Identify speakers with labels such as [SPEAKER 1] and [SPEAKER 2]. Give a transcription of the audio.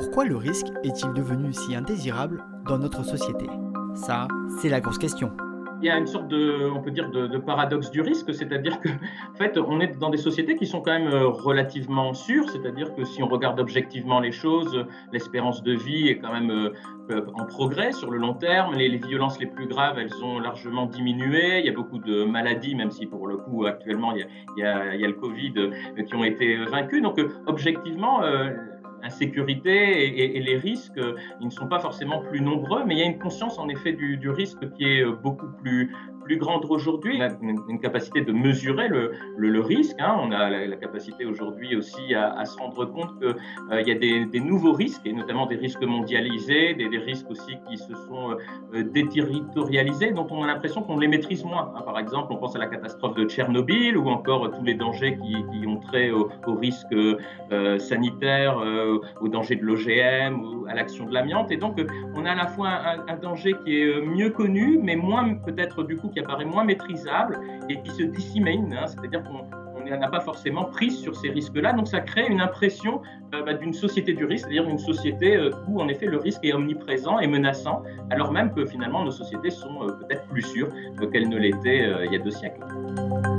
[SPEAKER 1] Pourquoi le risque est-il devenu si indésirable dans notre société? Ça, c'est la grosse question.
[SPEAKER 2] Il y a une sorte de, on peut dire, de paradoxe du risque, c'est-à-dire que, en fait, on est dans des sociétés qui sont quand même relativement sûres, c'est-à-dire que si on regarde objectivement les choses, l'espérance de vie est quand même en progrès sur le long terme. Les violences les plus graves, elles ont largement diminué. Il y a beaucoup de maladies, même si pour le coup, actuellement, il y a le Covid qui ont été vaincus. Donc, objectivement, l'insécurité et les risques, ils ne sont pas forcément plus nombreux, mais il y a une conscience en effet du risque qui est beaucoup plus grande aujourd'hui. On a une capacité de mesurer le risque. Hein. On a la capacité aujourd'hui aussi à se rendre compte qu'il y a des nouveaux risques, et notamment des risques mondialisés, des risques aussi qui se sont déterritorialisés, dont on a l'impression qu'on les maîtrise moins. Hein. Par exemple, on pense à la catastrophe de Tchernobyl, ou encore tous les dangers qui ont trait aux risques sanitaires, au danger de l'OGM, ou à l'action de l'amiante. Et donc, on a à la fois un danger qui est mieux connu, mais moins, peut-être du coup, qui apparaît moins maîtrisable et qui se dissémine, hein, c'est-à-dire qu'on n'a pas forcément prise sur ces risques-là. Donc, ça crée une impression d'une société du risque, c'est-à-dire une société où, en effet, le risque est omniprésent et menaçant, alors même que, finalement, nos sociétés sont peut-être plus sûres qu'elles ne l'étaient il y a 2 siècles.